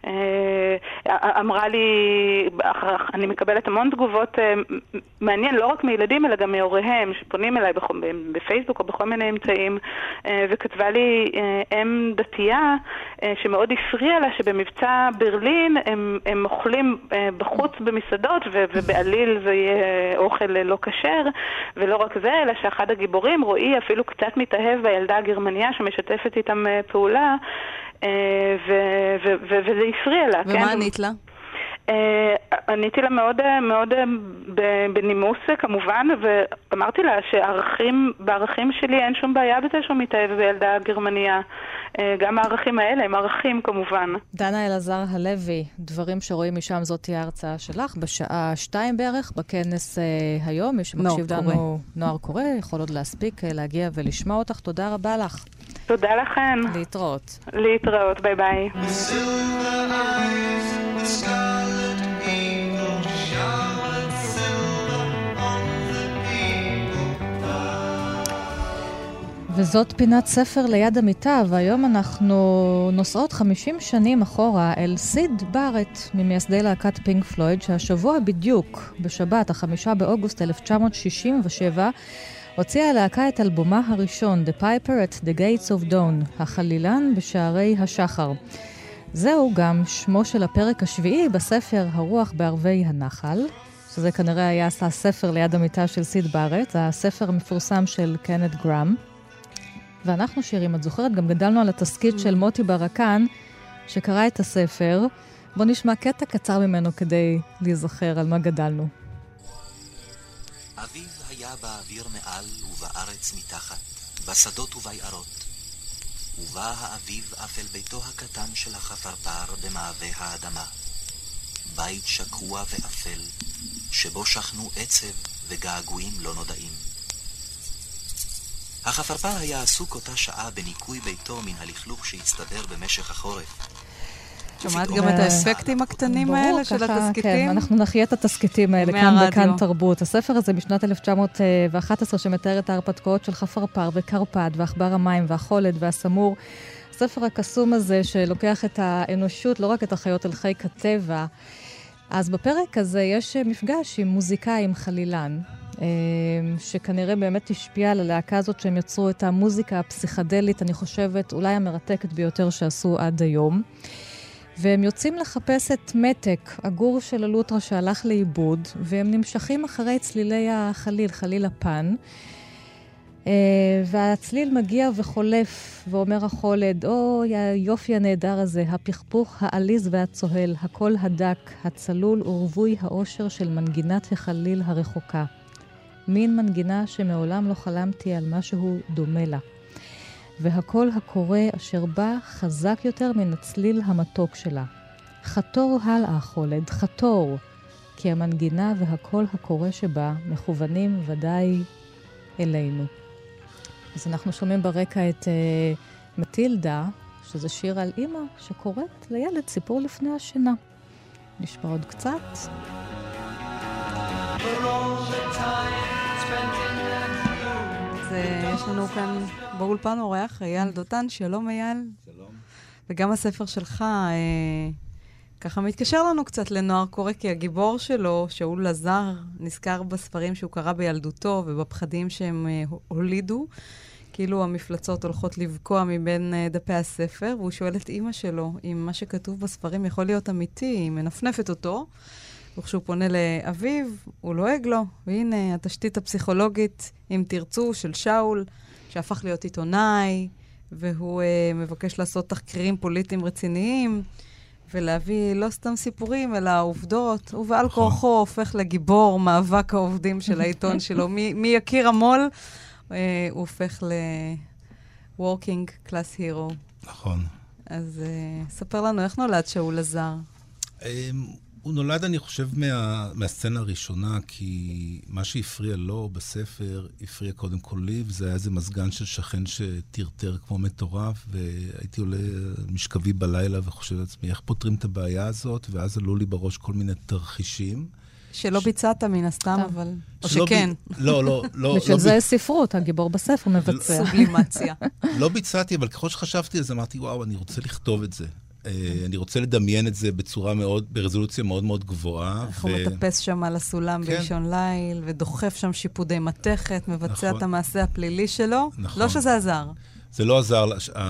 אמרה לי, אני מקבלת המון תגובות מעניין, לא רק מילדים אלא גם מהוריהם שפונים אליי בפייסבוק או בכל מיני אמצעים, וכתבה לי אם דתייה שמאוד הפריע לה שבמבצע ברלין הם אוכלים בחוץ במסעדות ובעליל זה יהיה אוכל לא כשר, ולא רק זה אלא שאחד הגיבורים רועי אפילו קצת מתאהב בילדה הגרמניה שמשתפת איתם פעולה, וזה הפריע לה. ומה ענית לה? עניתי לה מאוד בנימוס כמובן, ואמרתי לה שבערכים שלי אין שום בעיה בזה שהוא מתאהב בילדה גרמניה. גם הערכים האלה הם ערכים כמובן. דנה אלעזר הלוי, דברים שרואים משם, זאת תהיה ההרצאה שלך בשעה 2 בערך בכנס היום. מי שמקשיב לנו נוער קורא יכול עוד להספיק להגיע ולשמוע אותך. תודה רבה לך. תודה לכן. להתראות. להתראות, ביי ביי. וזאת פינת ספר ליד המיטה, והיום אנחנו נוסעות 50 שנים אחורה אל סיד בארט, ממייסדי להקת פינק פלויד, שהשבוע בדיוק, בשבת, 5 באוגוסט 1967, הוציאה הלהקה את אלבומה הראשון, The Piper at the Gates of Dawn, החלילן בשערי השחר. זהו גם שמו של הפרק השביעי בספר הרוח בערבי הנחל, שזה כנראה היה הספר ליד המיטה של סיד בארט, הספר המפורסם של קנת גראם. ואנחנו שירים, את זוכרת, גם גדלנו על התסקית של מוטי ברקן, שקרא את הספר. בוא נשמע קטע קצר ממנו כדי להיזכר על מה גדלנו. אביב היה באוויר מעל ובארץ מתחת, בשדות וביערות. ובא האביב אף אל ביתו הקטן של החפרפר במעבה האדמה. בית שקוע ואפל, שבו שכנו עצב וגעגועים לא נודעים. החפרפר היה עסוק אותה שעה בניקוי ביתו מן הלכלוך שהצטבר במשך החורף. שומעת גם את האפקטים הקטנים האלה של התסקיטים? כן, אנחנו נחיה את התסקיטים האלה כאן בכאן תרבות. הספר הזה משנת 1911 שמתאר את ההרפתקאות של חפרפר וקרפד ועכבר המים והחולד והסמור. הספר הקסום הזה שלוקח את האנושות, לא רק את החיות אל חיק הטבע. אז בפרק הזה יש מפגש עם מוזיקאי, עם חלילן, שכנראה באמת השפיע על הלהקה הזאת שהם יצרו את המוזיקה הפסיכדלית, אני חושבת, אולי המרתקת ביותר שעשו עד היום. והם יוצאים לחפש את מתק, הגור של הלוטרה שהלך לאיבוד, והם נמשכים אחרי צלילי החליל, חליל הפן. והצליל מגיע וחולף, ואומר החולד, יופי הנהדר הזה, הפכפוך העליז והצוהל, הקול הדק, הצלול ורווי האושר של מנגינת החליל הרחוקה. מין מנגינה שמעולם לא חלמתי על משהו דומה לה. והקול הקורא אשר בא חזק יותר מן הצליל המתוק שלה. חתור הלאה חולד, חתור, כי המנגינה והקול הקורא שבה מכוונים ודאי אלינו. אז אנחנו שומעים ברקע את מטילדה, שזה שיר על אמא שקוראת לילד סיפור לפני השינה. נשמע עוד קצת. יש לנו כאן באולפן אורח, אייל דותן. שלום אייל. שלום. וגם הספר שלך ככה מתקשר לנו קצת לנוער קורא, כי הגיבור שלו, שאול לזר, נזכר בספרים שהוא קרא בילדותו ובפחדים שהם הולידו, כאילו המפלצות הולכות לבקוע מבין דפי הספר, והוא שואל את אמא שלו אם מה שכתוב בספרים יכול להיות אמיתי, היא מנפנפת אותו, וכשהוא פונה לאביו, הוא לועג לו, והנה התשתית הפסיכולוגית, אם תרצו, של שאול, שהפך להיות עיתונאי, והוא מבקש לעשות תחקירים פוליטיים רציניים, ולהביא לא סתם סיפורים, אלא עובדות, ובעל כורחו הופך לגיבור מאבק העובדים של העיתון שלו. מי יכיר המול, הוא הופך ל-working class hero. נכון. אז ספר לנו, איך נולד שאול לזר? הוא נולד, אני חושב, מהסצנה הראשונה, כי מה שהפריע לו בספר, הפריע קודם כל לי, וזה היה איזה מזגן של שכן שטרטר כמו מטורף, והייתי עולה משכבי בלילה וחושב לעצמי, איך פותרים את הבעיה הזאת, ואז עלו לי בראש כל מיני תרחישים. שלא ביצעת מן הסתם, אבל... או שכן. לא. בשביל זה ספרות, הגיבור בספר מבצע. סובלימציה. לא ביצעתי, אבל ככל שחשבתי, אז אמרתי, וואו, אני רוצה לכתוב את זה. אני רוצה לדמיין את זה בצורה מאוד, ברזולוציה מאוד מאוד גבוהה. הוא מטפס שם על הסולם באישון ליל, ודוחף שם שיפודי מתכת, מבצע את המעשה הפלילי שלו. לא שזה עזר. זה לא עזר,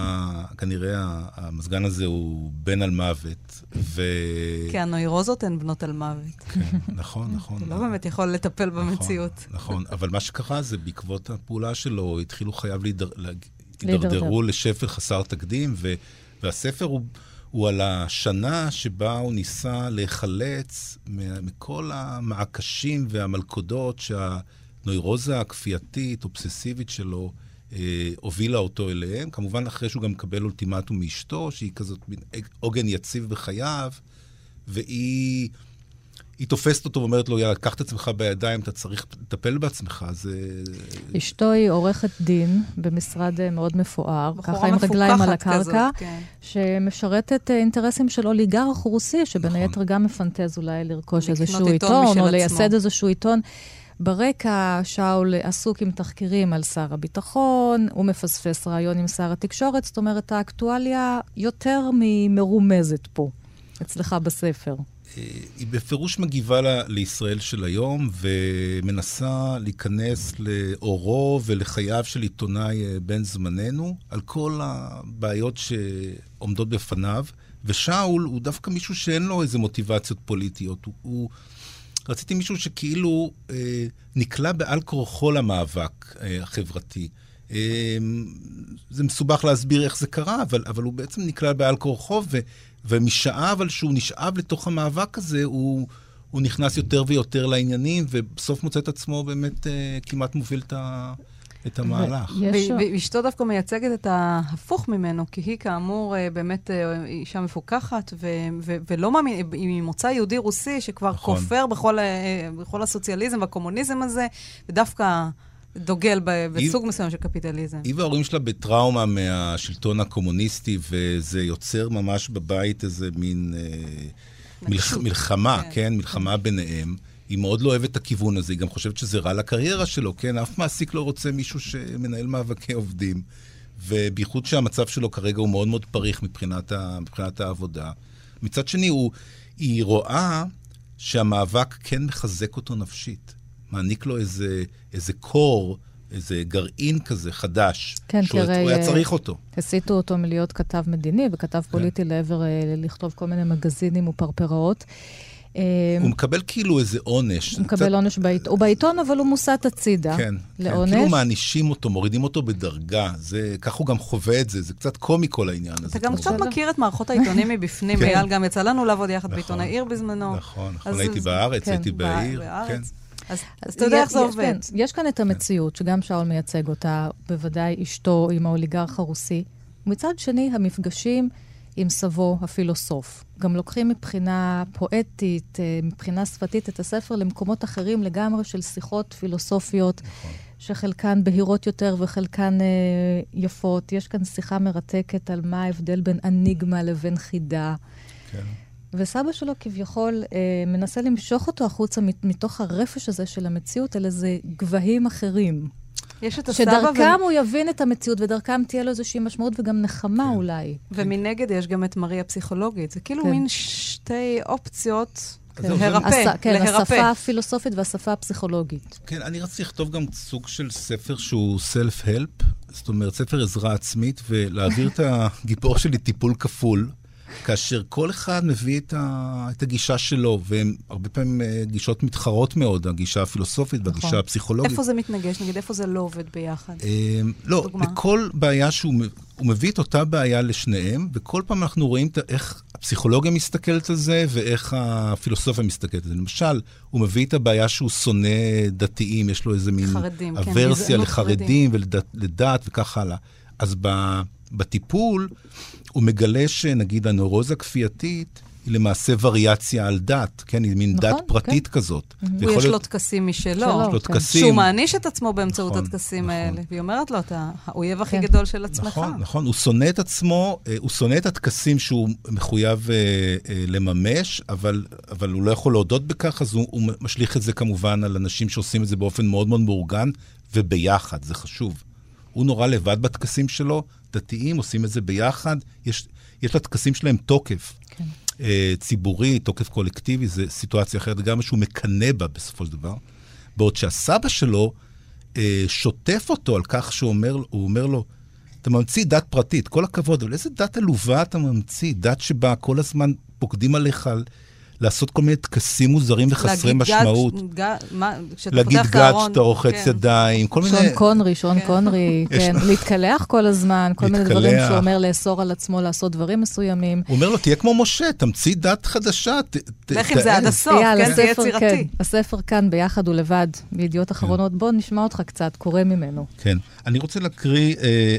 כנראה המזגן הזה הוא בן על מוות. כי הנוירוזות הן בנות על מוות. כן, נכון. אתה לא באמת יכול לטפל במציאות. נכון, אבל מה שקרה זה בעקבות הפעולה שלו, התחילו חייו להידרדרו לשפל חסר תקדים, והספר הוא על השנה שבה הוא ניסה להיחלץ מכל המעקשים והמלכודות שהנוירוזה הכפייתית, אובססיבית שלו, הובילה אותו אליהם. כמובן אחרי שהוא גם מקבל אולטימטום מאשתו, שהיא כזאת עוגן יציב בחייו, והיא תופסת אותו ואומרת לו, יאללה, קח את עצמך בידיים, אתה צריך לטפל בעצמך. אשתו היא עורכת דין במשרד מאוד מפואר, ככה עם רגליים על הקרקע, שמשרתת אינטרסים של אוליגרך רוסי, שבין היתר גם מפנטז אולי לרכוש איזשהו עיתון, או לייסד איזשהו עיתון. ברקע שאול עסוק עם תחקירים על שר הביטחון, הוא מפספס רעיון עם שר התקשורת, זאת אומרת, האקטואליה יותר ממרומזת פה, אצלך בספר. היא בפירוש מגיבה לישראל של היום, ומנסה להיכנס לאורו ולחייו של עיתונאי בן זמננו, על כל הבעיות שעומדות בפניו, ושאול הוא דווקא מישהו שאין לו איזה מוטיבציות פוליטיות, רציתי מישהו שכאילו נקלע בעל כורחו למאבק החברתי. זה מסובך להסביר איך זה קרה, אבל הוא בעצם נקלע בעל כורחו, ומשעה אבל שהוא נשאב לתוך המאבק הזה, הוא נכנס יותר ויותר לעניינים, ובסוף מוצא את עצמו באמת כמעט מוביל את המהלך. ואשתו דווקא מייצגת את ההפוך ממנו, כי היא כאמור באמת אישה מפוקחת, ולא מאמין, היא ממוצא יהודי רוסי, שכבר כופר בכל הסוציאליזם והקומוניזם הזה, ודווקא דוגל בסוג מסוים של קפיטליזם. היא וההורים שלה בטראומה מהשלטון הקומוניסטי, וזה יוצר ממש בבית איזה מין מלחמה, כן? מלחמה ביניהם. היא מאוד לא אוהבת את הכיוון הזה, היא גם חושבת שזה רע לקריירה שלו, כן? אף מעסיק לא רוצה מישהו שמנהל מאבקי עובדים, ובייחוד שהמצב שלו כרגע הוא מאוד מאוד פריך מבחינת העבודה. מצד שני, היא רואה שהמאבק כן מחזק אותו נפשית. מעניק לו איזה קור, איזה גרעין כזה חדש, כן, שהוא היה צריך אותו. הסיטו אותו מלהיות כתב מדיני וכתב פוליטי לעבר לכתוב כל מיני מגזינים ופרפראות. הוא מקבל כאילו איזה עונש. הוא מקבל עונש הוא בעיתון, אבל הוא מוסת הצידה. כן, לעונש. כאילו מענישים אותו, מורידים אותו בדרגה. כך הוא גם חווה את זה, זה קצת קומי כל העניין הזה. אתה גם קצת מכיר את מערכות העיתונים מבפנים, אייל, גם יצא לנו לעבוד יחד בעיתון העיר בזמנו. נכון, הייתי בארץ, הייתי בעיר. אז אתה יודע איך זה עובד. יש כאן את המציאות, שגם שאול מייצג אותה, בוודאי אשתו עם האוליגרך הרוסי. ומצד שני, המפגשים עם סבו הפילוסוף. גם לוקחים מבחינה פואטית, מבחינה שפתית, את הספר למקומות אחרים לגמרי של שיחות פילוסופיות, שחלקן בהירות יותר וחלקן יפות. יש כאן שיחה מרתקת על מה ההבדל בין אניגמה לבין חידה. כן. וסבא שלו כביכול מנסה למשוך אותו החוצה מתוך הרפש הזה של המציאות, אל איזה גבהים אחרים. יש את הסבא שדרכם הוא יבין את המציאות, ודרכם תהיה לו איזושהי משמעות וגם נחמה אולי. ומנגד יש גם את מריה הפסיכולוגית. זה כאילו כן. מין שתי אופציות להירפא. כן, להירפא. השפה הפילוסופית והשפה הפסיכולוגית. כן, אני רציתי לכתוב גם סוג של ספר שהוא self-help, זאת אומרת, ספר עזרה עצמית, ולהעביר את הגיבור שלי טיפול כפול, כאשר כל אחד מביא את הגישה שלו, והן הרבה פעמים גישות מתחרות מאוד, הגישה הפילוסופית והגישה הפסיכולוגית. איפה זה מתנגש? נגיד, איפה זה לא עובד ביחד? לא, בכל בעיה שהוא מביא את אותה בעיה לשניהם, וכל פעם אנחנו רואים איך הפסיכולוגיה מסתכלת על זה, ואיך הפילוסופיה מסתכלת על זה. למשל, הוא מביא את הבעיה שהוא שונא דתיים, יש לו איזה מין אברסיה לחרדים ולדת וכך הלאה. אז בטיפול הוא מגלה שנגיד הנוירוזה הכפייתית היא למעשה וריאציה על דת, כן? היא מין דת פרטית כזאת. יש לו תקסים משלו. שהוא מעניש את עצמו באמצעות התקסים האלה. והיא אומרת לו, אתה האויב הכי גדול של עצמך. נכון. הוא שונא את עצמו, הוא שונא את התקסים שהוא מחויב לממש, אבל הוא לא יכול להודות בכך, אז הוא משליך את זה כמובן על אנשים שעושים את זה באופן מאוד מאוד מאורגן, וביחד, זה חשוב. הוא נורא לבד בתקסים שלו, דתיים עושים את זה ביחד, יש לתקסים שלהם תוקף. כן. ציבורי, תוקף קולקטיבי, זה סיטואציה אחרת, גם שהוא מקנה בה בסופו של דבר. בעוד שהסבא שלו שוטף אותו על כך שהוא אומר לו, אתה ממציא דת פרטית, כל הכבוד, אבל איזה דת עלובה אתה ממציא? דת שבה כל הזמן פוקדים עליך לעשות כל מיני תקסים מוזרים וחסרי משמעות. להגיד גאד שאתה רוחץ ידיים, כל מיני... שון קונרי, כן. להתקלח כל הזמן, כל מיני דברים שהוא אומר לאסור על עצמו לעשות דברים מסוימים. הוא אומר לו, תהיה כמו משה, תמציא דת חדשה. לך עם זה עד הסוף, כן, זה יצירתי. הספר כאן ביחד ולבד, בידיעות אחרונות. בוא נשמע אותך קצת, קורא ממנו. כן, אני רוצה להקריא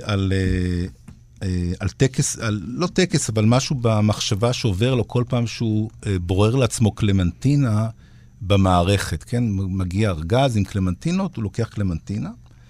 על טקס, לא טקס, אבל משהו במחשבה שעובר לו כל פעם שהוא בורר לעצמו קלמנטינה במערכת, כן? מגיע ארגז עם קלמנטינות, הוא לוקח קלמנטינה.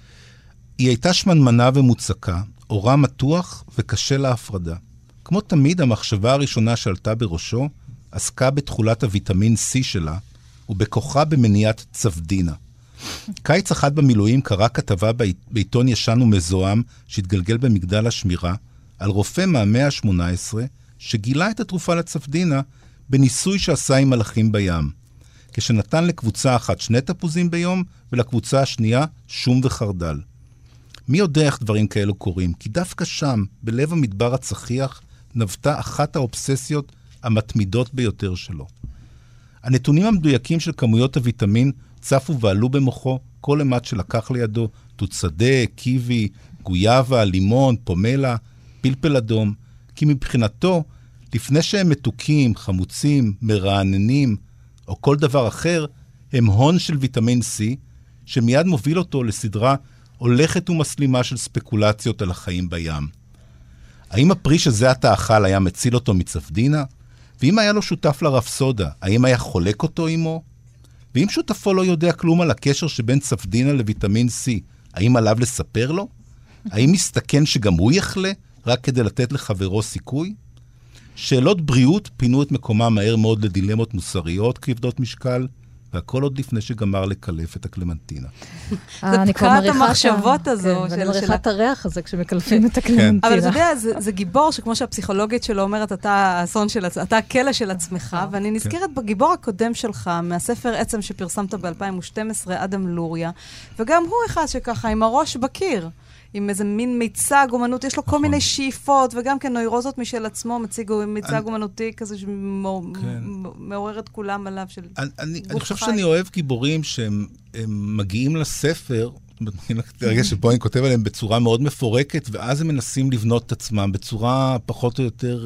היא הייתה שמנמנה ומוצקה, אורה מתוח וקשה להפרדה. כמו תמיד, המחשבה הראשונה שעלתה בראשו עסקה בתחולת הוויטמין C שלה, ובכוחה במניעת צפדינה. קיץ אחד במילואים קרא כתבה בעיתון ישן ומזוהם שהתגלגל במגדל השמירה על רופא מהמאה ה-18 שגילה את התרופה לצפדינה בניסוי שעשה עם מלאכים בים, כשנתן לקבוצה אחת 2 תפוזים ביום ולקבוצה השנייה שום וחרדל. מי יודע איך דברים כאלו קורים? כי דווקא שם, בלב המדבר הצחיח, נבטה אחת האובססיות המתמידות ביותר שלו. הנתונים המדויקים של כמויות הוויטמין צפו ועלו במוחו כל אימת שלקח לידו תוצדה, קיבי, גויאבה, לימון, פומלה, פלפל אדום, כי מבחינתו, לפני שהם מתוקים, חמוצים, מרעננים, או כל דבר אחר, הם הון של ויטמין C, שמיד מוביל אותו לסדרה הולכת ומסלימה של ספקולציות על החיים בים. האם הפרי שזה אתה אכל היה מציל אותו מצפדינה? ואם היה לו שותף לרפסודה, האם היה חולק אותו עמו? ואם שותפו לא יודע כלום על הקשר שבין צפדינה לויטמין C, האם עליו לספר לו? האם מסתכן שגם הוא יחלה, רק כדי לתת לחברו סיכוי? שאלות בריאות פינו את מקומם מהר מאוד לדילמות מוסריות כבדות משקל, והכל עוד לפני שגמר לקלף את הקלמנטינה. זה בקרת המחשבות הזו. ואני מריחת הריח הזה כשמקלפים את הקלמנטינה. אבל אתה יודע, זה גיבור שכמו שהפסיכולוגית שלו אומרת, אתה הכלא של עצמך, ואני נזכרת בגיבור הקודם שלך, מהספר עצם שפרסמת ב-2012, אדם לוריה, וגם הוא אחד שככה עם הראש בקיר. עם איזה מין מיצג אומנות, יש לו כל מיני שאיפות, וגם כן נוירוזות משל עצמו, מיצג אומנותי כזה שמעורר את כולם עליו של גוף חי. אני חושב שאני אוהב גיבורים שהם מגיעים לספר, ברגע שפה אני כותב עליהם בצורה מאוד מפורקת, ואז הם מנסים לבנות את עצמם בצורה פחות או יותר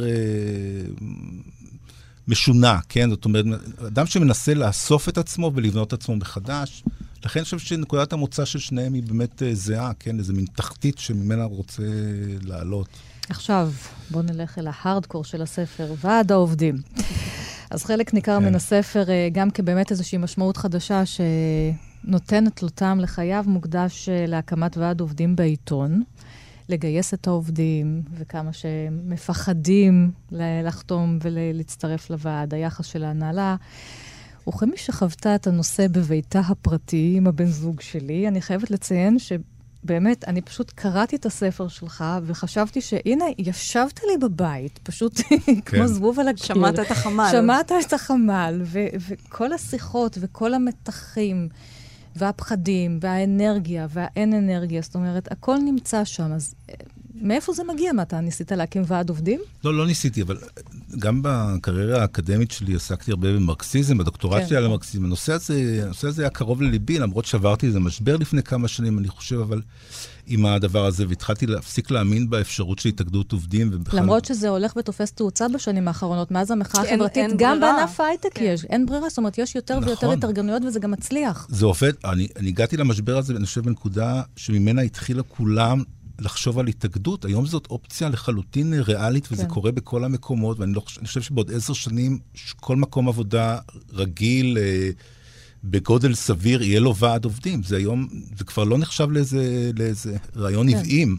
משונה, כן? זאת אומרת, אדם שמנסה לאסוף את עצמו ולבנות את עצמו מחדש, לכן אני חושב שנקודת המוצא של שניהם היא באמת זהה, כן? איזה מין תחתית שממנה רוצה לעלות. עכשיו, בואו נלך אל ההארדקור של הספר, ועד העובדים. אז חלק ניכר מן הספר, גם כבאמת איזושהי משמעות חדשה שנותנת לו טעם לחייו, מוקדש להקמת ועד עובדים בעיתון, לגייס את העובדים, וכמה שמפחדים לחתום ולהצטרף לוועד, היחס של ההנהלה. וכמי שחוותה את הנושא בביתה הפרטי עם הבן זוג שלי, אני חייבת לציין שבאמת, אני פשוט קראתי את הספר שלך, וחשבתי שהנה, ישבת לי בבית, פשוט כמו זבוב על הקיר. שמעת את החמל. שמעת את החמל, וכל השיחות וכל המתחים, והפחדים, והאנרגיה, והאין אנרגיה, זאת אומרת, הכל נמצא שם, אז מאיפה זה מגיע? מה, אתה ניסית להקים ועד עובדים? לא ניסיתי, אבל גם בקריירה האקדמית שלי עסקתי הרבה במרקסיזם, בדוקטורט שלי על המרקסיזם. הנושא הזה היה קרוב לליבי, למרות שעברתי איזה משבר לפני כמה שנים, אני חושב, אבל עם הדבר הזה, והתחלתי להפסיק להאמין באפשרות של התאגדות עובדים. למרות שזה הולך ותופס תאוצה בשנים האחרונות, מאז המחאה החברתית, גם בענף ההייטק יש, אין ברירה, זאת אומרת, יש יותר ויותר התארגנויות, וזה גם מצליח. זה עובד, אני הגעתי למשבר הזה, ואני חושב בנקודה שממנה התחילה כולם לחשוב על התאגדות. היום זאת אופציה לחלוטין ריאלית, וזה קורה בכל המקומות, ואני חושב שבעוד 10 שנים, כל מקום עבודה רגיל, בגודל סביר, יהיה לו ועד עובדים. זה היום, זה כבר לא נחשב לאיזה רעיון נבעים.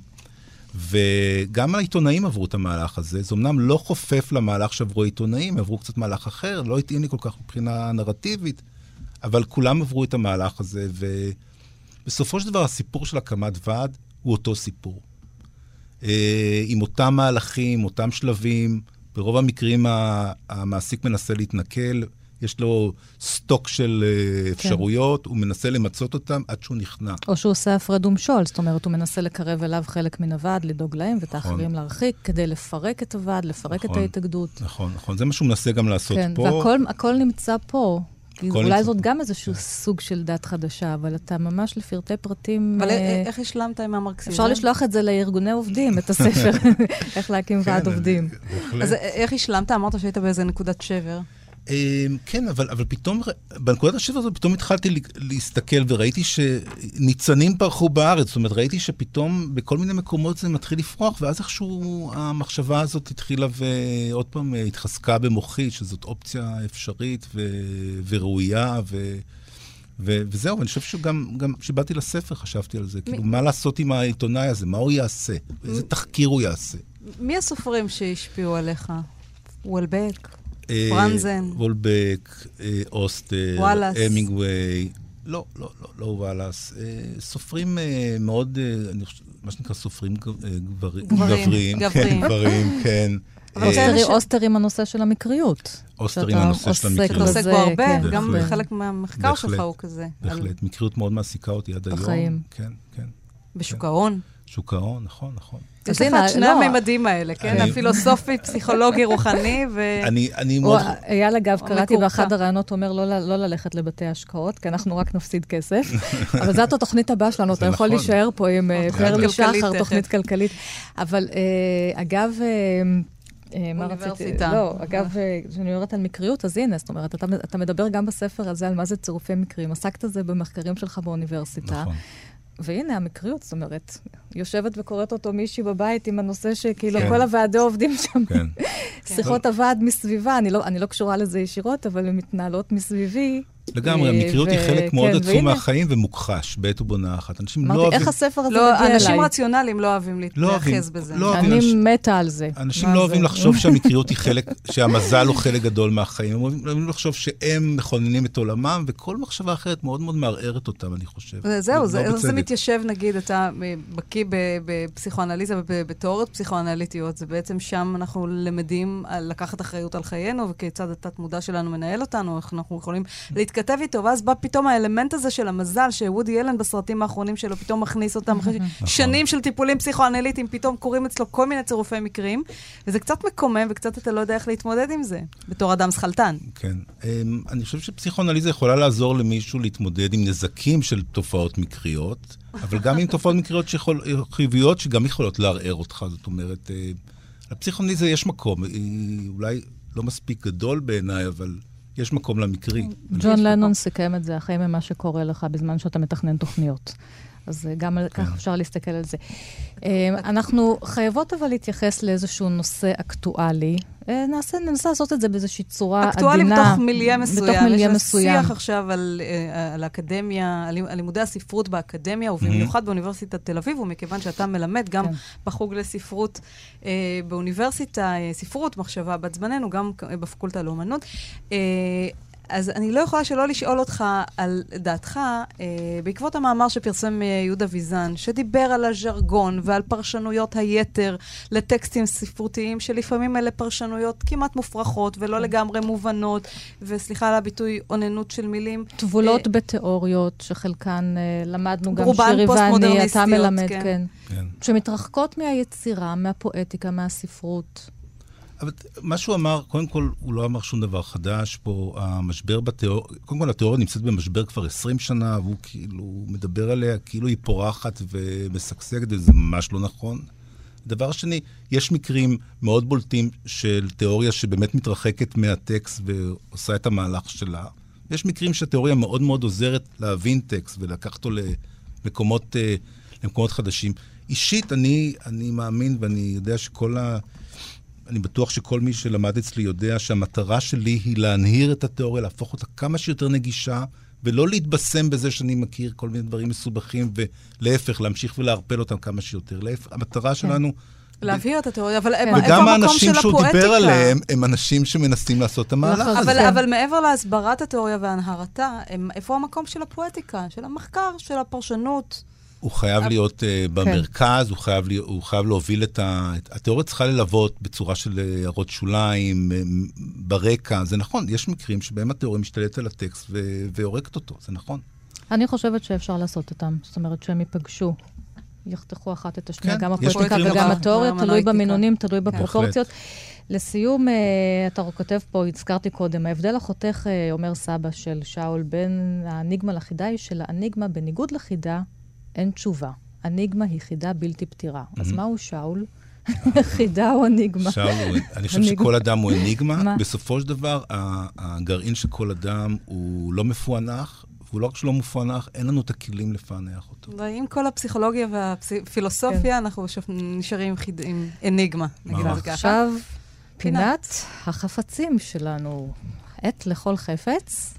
וגם העיתונאים עברו את המהלך הזה. זה אמנם לא חופף למהלך שעברו העיתונאים, עברו קצת מהלך אחר, לא התאים לי כל כך מבחינה נרטיבית, אבל כולם עברו את המהלך הזה, ובסופו של דבר הסיפור של הקמת ועד הוא אותו סיפור. עם אותם מהלכים, אותם שלבים, ברוב המקרים המעסיק מנסה להתנקל, יש לו סטוק של אפשרויות, הוא מנסה למצות אותם עד שהוא נכנע. או שהוא עושה הפרד ומשול, זאת אומרת, הוא מנסה לקרב אליו חלק מן הוועד, לדאוג להם, ואת האחרים להרחיק, כדי לפרק את הוועד, לפרק את ההתאגדות. נכון. זה מה שהוא מנסה גם לעשות פה. כן, והכל נמצא פה. אולי זאת גם איזשהו סוג של דת חדשה, אבל אתה ממש לפרטי פרטים... אבל איך השלמת עם המרקסיזם? אפשר לשלוח את זה לארגוני עובדים, את הספר, איך להקים ועד עובדים. אז איך השלמת? אמרת שהיית באיזה נקודת שבר. כן, אבל פתאום, בנקודת השבר הזאת, פתאום התחלתי להסתכל, וראיתי שניצנים פרחו בארץ, זאת אומרת, ראיתי שפתאום בכל מיני מקומות זה מתחיל לפרוח, ואז איכשהו המחשבה הזאת התחילה ועוד פעם התחזקה במוחי, שזאת אופציה אפשרית וראויה, וזהו, ואני חושב שגם כשבאתי לספר חשבתי על זה, כאילו, מה לעשות עם העיתונאי הזה, מה הוא יעשה, איזה תחקיר הוא יעשה. מי הסופרים שהשפיעו עליך? וולבק? פרנזן. וולבק, אוסטר, המינגווי, לא וואלאס. סופרים מאוד, מה שנקרא סופרים גברים, כן. אוסטר עם הנושא של המקריות. אוסטר עם הנושא של המקריות. שאתה עוסק בו הרבה, גם חלק מהמחקר שלך הוא כזה. בהחלט, מקריות מאוד מעסיקה אותי עד היום. בחיים. כן. בשוק ההון. שוק ההון, נכון. יש לך את שני הממדים האלה, כן? הפילוסופי, פסיכולוגי, רוחני, אני מאוד... אייל, אגב, קראתי באחד הרעיונות, אומר לא ללכת לבתי השקעות, כי אנחנו רק נפסיד כסף. אבל זאת התוכנית הבאה שלנו, אתה יכול להישאר פה עם פרלי שחר, תוכנית כלכלית. אבל אגב... אוניברסיטה. לא, אגב, כשאני אומרת על מקריות, אז הנה, זאת אומרת, אתה מדבר גם בספר הזה על מה זה צירופי מקרים. עסקת זה במחקרים שלך באוניברסיטה. נכון. והנה המקריות, זאת אומרת, יושבת וקוראת אותו מישהי בבית עם הנושא שכאילו כל הוועדי עובדים שם. שיחות הוועד מסביבה, אני לא קשורה לזה ישירות, אבל הן מתנהלות מסביבי. לגמרי, המקריות היא חלק מאוד עצום מהחיים ומוכחש, בעת ובונה אחת. אנשים לא אוהבים... איך הספר הזה מגיע אליי? אנשים רציונליים לא אוהבים להתייחס בזה. אני מתה על זה. אנשים לא אוהבים לחשוב שהמקריות היא חלק, שהמזל הוא חלק גדול מהחיים. הם אוהבים לחשוב שהם מכוננים את עולמם, וכל מחשבה אחרת מאוד מאוד מערערת אותם, אני חושב. זהו, זה מתיישב, נגיד, אתה בקיא בפסיכואנליזה ובתיאוריות פסיכואנליטיות, זה בעצם שם אנחנו למדים לקחת אחריות על חיינו, וכיצד התת-מודע שלנו מנהל אותנו, איך אנחנו יכולים להתכתב איתו, ואז בא פתאום האלמנט הזה של המזל, שוודי אלן בסרטים האחרונים שלו פתאום מכניס אותם אחרי שנים של טיפולים פסיכואנליטיים, פתאום קוראים אצלו כל מיני צירופי מקרים, וזה קצת מקומם, וקצת אתה לא יודע איך להתמודד עם זה, בתור אדם שחלטן. כן. אני חושב שפסיכואנליזה יכולה לעזור למישהו להתמודד עם נזקים של תופעות מקריות, אבל גם עם תופעות מקריות חיוביות שגם יכולות לערער אותך. זאת אומרת, לפסיכואנליזה יש מקום, היא אולי לא מספיק גדול בעיניי, אבל יש מקום למקרי. ג'ון לנון סיכם את זה, החיים ממה שקורה לך בזמן שאתה מתכנן תוכניות. אז גם כך אפשר להסתכל על זה. אנחנו חייבות אבל להתייחס לאיזשהו נושא אקטואלי. ננסה לעשות את זה באיזושהי צורה עדינה. אקטואלי בתוך מיליה מסוים. יש שיח עכשיו על האקדמיה, על לימודי הספרות באקדמיה, ובמיוחד באוניברסיטת תל אביב, ומכיוון שאתה מלמד גם בחוג לספרות באוניברסיטה, ספרות, מחשבה בת זמננו, גם בפקולטה לאומנות. אז אני לא יכולה שלא לשאול אותך על דעתך, בעקבות המאמר שפרסם יהודה ויזן, שדיבר על הז'רגון ועל פרשנויות היתר לטקסטים ספרותיים, שלפעמים אלה פרשנויות כמעט מופרכות ולא לגמרי מובנות, וסליחה על הביטוי, עוננות של מילים. תבולות בתיאוריות, שחלקן למדנו גם שירי ואני, אתה מלמד, כן. שמתרחקות מהיצירה, מהפואטיקה, מהספרות. אבל מה שהוא אמר, קודם כל, הוא לא אמר שום דבר חדש פה. המשבר בתיאוריה, קודם כל, התיאוריה נמצאת במשבר כבר 20 שנה, והוא כאילו מדבר עליה כאילו היא פורחת ומשגשגת, וזה ממש לא נכון. דבר שני, יש מקרים מאוד בולטים של תיאוריה שבאמת מתרחקת מהטקסט ועושה את המהלך שלה. יש מקרים שהתיאוריה מאוד מאוד עוזרת להבין טקסט ולקח אותו למקומות חדשים. אישית, אני מאמין ואני יודע אני בטוח שכל מי שלמד אצלי יודע שהמטרה שלי היא להנהיר את התיאוריה, להפוך אותה כמה שיותר נגישה, ולא להתבשם בזה שאני מכיר כל מיני דברים מסובכים, ולהפך, להמשיך ולהרפל אותם כמה שיותר. המטרה שלנו... להבהיר את התיאוריה, אבל איפה וגם המקום של האנשים שהוא הפואטיקה? דיבר עליהם, הם אנשים שמנסים לעשות את המהלך הזה. אבל מעבר להסברת התיאוריה והנהרתה, איפה המקום של הפואטיקה, של המחקר, של הפרשנות? הוא חייב להיות במרכז, הוא חייב להוביל התיאוריה צריכה ללוות בצורה של הערות שוליים, ברקע, זה נכון, יש מקרים שבהם התיאוריה משתלטת על הטקסט והורקת אותו, זה נכון. אני חושבת שאפשר לעשות אותם, זאת אומרת שהם ייפגשו, יחתכו אחת את השנייה, גם הפואטיקה וגם התיאוריה, תלוי במינונים, תלוי בפרופורציות. לסיום, אתה כותב פה, הזכרתי קודם, ההבדל החותך, אומר סבא של שאול, בין האניגמה לחידה היא שלאניגמה, בניגוד לחידה, אין תשובה. אניגמה היא חידה בלתי פתירה. אז מהו שאול? חידה או אניגמה? שאול, אני חושב שכל אדם הוא אניגמה. בסופו של דבר, הגרעין של כל אדם הוא לא מפוענח, והוא לא רק שלא מפוענח, אין לנו את הכלים לפענח אותו. ועם כל הפסיכולוגיה והפילוסופיה, אנחנו נשארים עם אניגמה. עכשיו, פינת החפצים שלנו. עת לכל חפץ.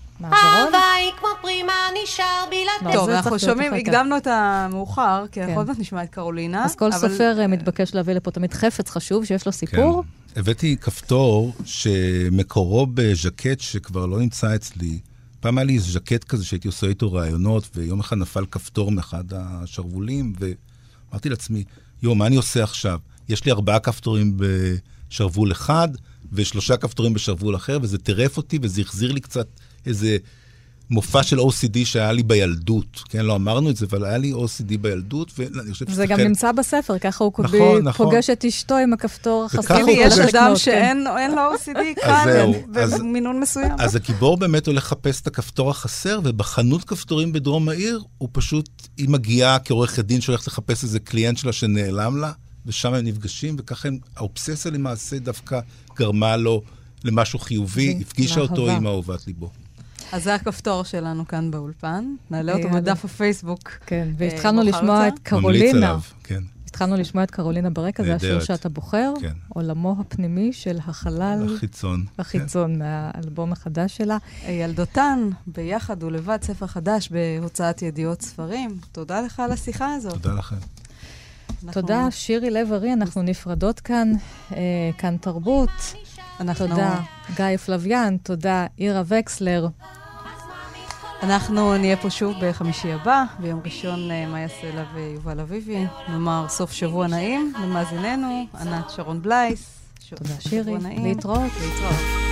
הוואי כמו פרימה נשאר בלעדי. טוב, אנחנו שומעים, הקדמנו את המאוחר, כי אנחנו עוד מעט נשמע את קרולינה. אז כל סופר מתבקש להביא לפה תמיד חפץ חשוב, שיש לו סיפור. הבאתי כפתור שמקורו בז'קט שכבר לא נמצא אצלי. פעם היה לי ז'קט כזה שהייתי עושה איתו רעיונות, ויום אחד נפל כפתור מאחד השרבולים, ואמרתי לעצמי, מה אני עושה עכשיו? יש לי 4 כפתורים בשרבול אחד, ו3 כפתורים בשרבול אחר, וזה טירף אותי, וזה החזיר לי קצת איזה מופע של OCD שהיה לי בילדות. כן, לא אמרנו את זה, אבל היה לי OCD בילדות, ואני חושב זה גם נמצא בספר, ככה הוא פוגש את אשתו עם הכפתור החסר. יש אדם שאין לו OCD כאן, במינון מסוים. אז הגיבור באמת הולך לחפש את הכפתור החסר, ובחנות כפתורים בדרום העיר, הוא פשוט, היא מגיעה כעורך הדין שהולכת לחפש איזה קליינט שלה שנעלם לה, ושם הם נפגשים, וככה האובססיה למעשה דווקא גרמה לו למשהו חיובי, הפגישה אותו עם אהובת ליבו. אז זה הכפתור שלנו כאן באולפן. נעלה אותו בדף הפייסבוק. כן, והתחלנו לשמוע את קרולינה. התחלנו לשמוע את קרולינה ברקע, זה השיר שאתה בוחר, עולמו הפנימי של החלל. החיצון, מהאלבום החדש שלה. ילדותן, ביחד ולבד, ספר חדש בהוצאת ידיעות ספרים. תודה לך על השיחה הזאת. תודה לכם. תודה, שירי לב-ארי, אנחנו נפרדות כאן, כאן תרבות. תודה, גיא פלוויאן, תודה, אירה וקסלר. אנחנו נהיה פה שוב בחמישי הבא, ביום ראשון מאיה סלע ויובל אביבי. נאמר סוף שבוע נעים למאזיננו, ענת שרון בלייס. תודה שירי, להתראות.